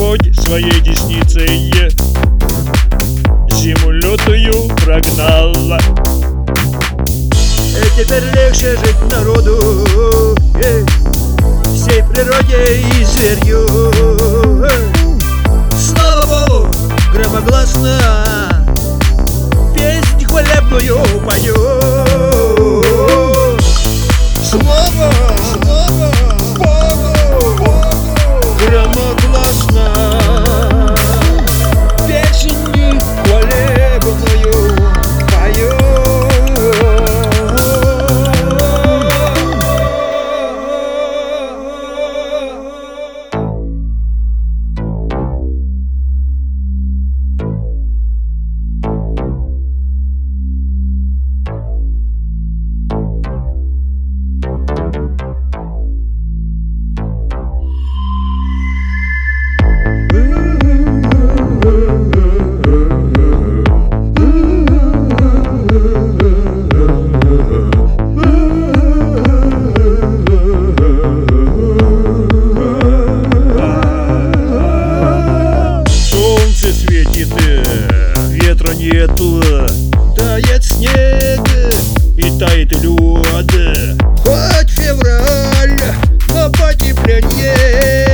Господь своей десницей зиму лютую прогнала. Теперь легче жить народу, всей природе и зверью. Слава Богу, громогласно песнь хвалебную пою. Слава Богу, громогласно песнь хвалебную пою. Ветра нету, Тает снег и тает лед. хоть февраль, но потепление.